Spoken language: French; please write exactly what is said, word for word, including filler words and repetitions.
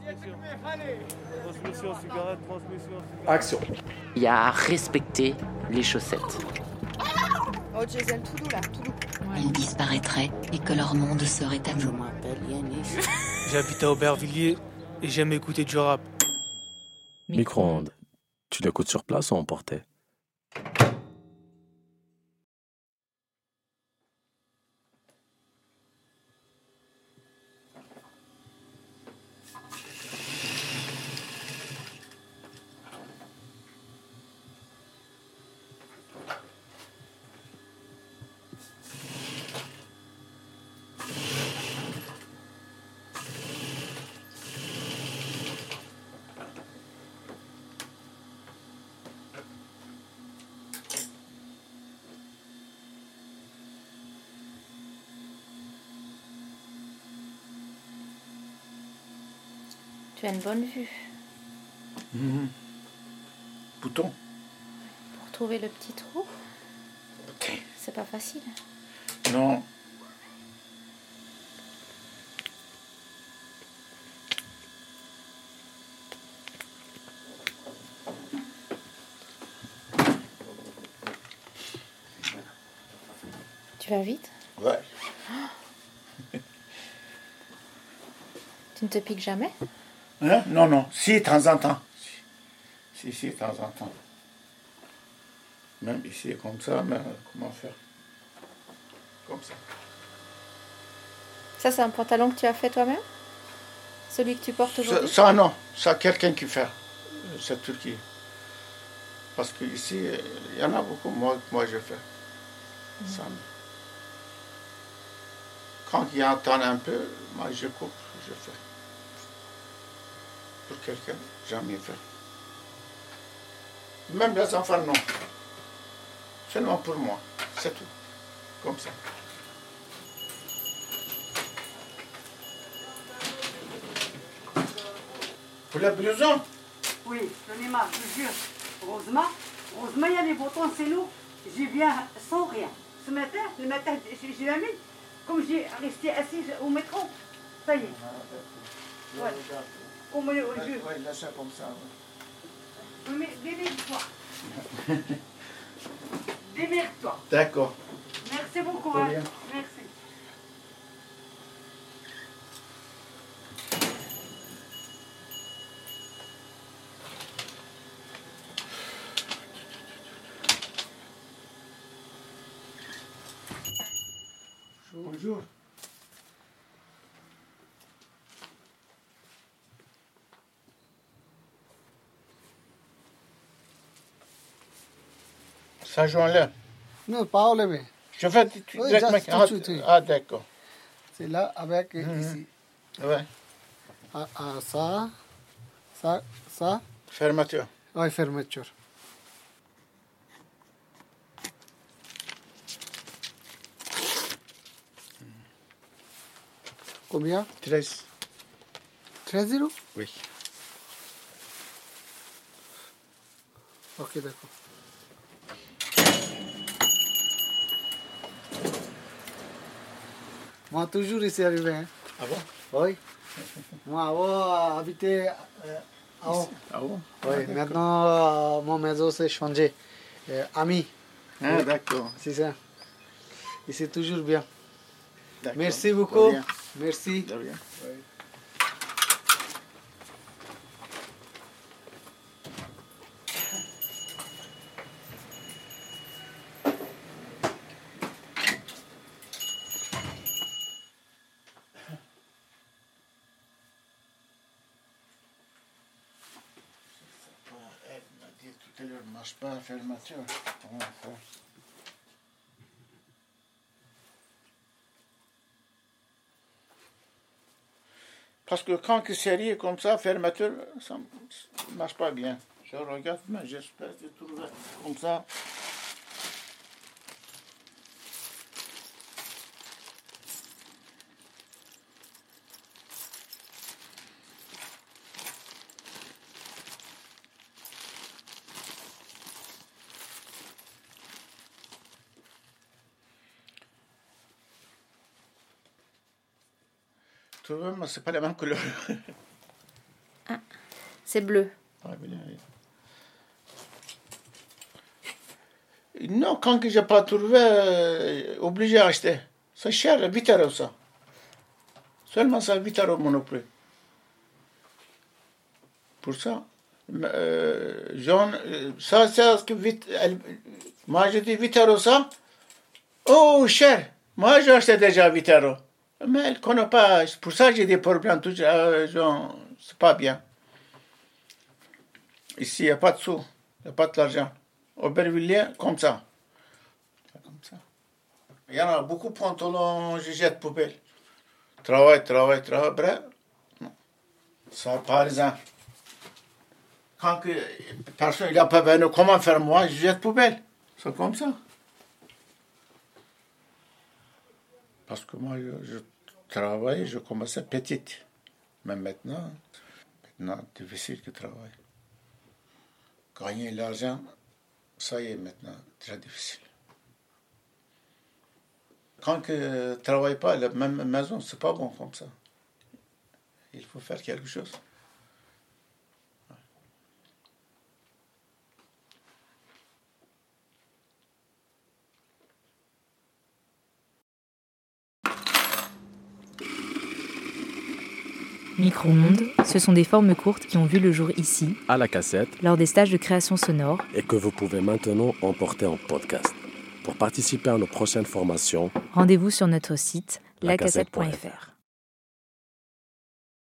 Transmission, cigarette, transmission, cigarette. Action. Il y a à respecter les chaussettes. Oh, Jason, tout doux là, tout doux. Ils disparaîtraient et que leur monde serait à nous. J'habite à Aubervilliers et j'aime écouter du rap. Micro-ondes. Tu l'écoutes sur place ou emporté? Tu as une bonne vue. Mmh. Bouton. Pour trouver le petit trou, Ok. c'est pas facile. Non. Tu vas vite? Ouais. Tu ne te piques jamais? Hein? Non, non. Si, de temps en temps. Si, si, de temps en temps. Même ici, comme ça, mais comment faire? Comme ça. Ça, c'est un pantalon que tu as fait toi-même? Celui que tu portes Ça, aujourd'hui? ça, non. Ça, quelqu'un qui fait. C'est Turquie. Parce qu'ici, il y en a beaucoup. Moi, moi je fais. Mmh. Ça. Quand il y a un temps un peu, moi, je coupe, je fais. Pour quelqu'un, jamais fait. Même les enfants, non. Seulement pour moi, c'est tout. Comme ça. Pour la blouson? Oui, j'en ai marre, je vous jure. Heureusement, heureusement, il y a les boutons, c'est nous. J'y viens sans rien. Ce matin, le matin, j'ai la mis. Comme j'ai resté assise au métro. Ça y est. Ah, ouais. Comme le oui, jeu. oui, laisse ça comme ça. Oui. Mais démerde-toi. Démerde-toi. D'accord. Merci beaucoup. Hein. Merci. Bonjour. Ça joint-là. Non, pas enlevé. Je fais tout, Oui, directement. juste, Ah, tout de suite, oui. ah, d'accord. C'est là avec Mhm. ici. Ouais. Ah, ah, ça, ça, ça. Fermeture. Oui, fermeture. Combien? treize. treize euros? Oui. Ok, d'accord. Moi, toujours ici arrivé. Hein. Ah bon? Oui. Moi, avant, habité euh, avant. Ah bon? Oui, Ah, maintenant, euh, mon maison s'est changé. Euh, ami. Ah, Oui. d'accord. C'est ça. Et c'est toujours bien. D'accord. Merci De beaucoup. rien. Merci. De rien. Oui. Elle m'a dit tout à l'heure, ne marche pas la fermeture. Comment faire? Parce que quand c'est serré comme ça, fermeture, ça ne marche pas bien. Je regarde, mais j'espère de trouver comme ça. Tu vois, mais c'est pas la même couleur. C'est bleu. Ah, bien, oui. Non, quand je n'ai pas trouvé, euh, obligé d'acheter. C'est cher, huit euros ça. Seulement ça, huit euros Monoprix. Pour ça, euh, Jean, ça, c'est ce que huit, elle, moi je dis huit euros ça. Oh, cher. Moi j'ai acheté déjà huit euros. Mais elle ne connaît pas. C'est pour ça que j'ai des problèmes. Tout, euh, genre, c'est pas bien. Ici, il n'y a pas de sous. Il n'y a pas de l'argent. Aubervilliers, comme ça. Comme ça. Il y en a beaucoup de pantalons, je jette poubelle. Travail, travail, travail. Bref. Ça, par exemple. Quand que personne n'a pas venu, comment faire moi, je jette poubelle. C'est comme ça. Parce que moi, je, je travaille, je commençais petite. Mais maintenant, maintenant, difficile que travail. Gagner l'argent, ça y est maintenant, très difficile. Quand tu ne travailles pas à la même maison, c'est pas bon comme ça. Il faut faire quelque chose. Micro-ondes, ce sont des formes courtes qui ont vu le jour ici, à la cassette, lors des stages de création sonore, et que vous pouvez maintenant emporter en podcast. Pour participer à nos prochaines formations, rendez-vous sur notre site la cassette point f r.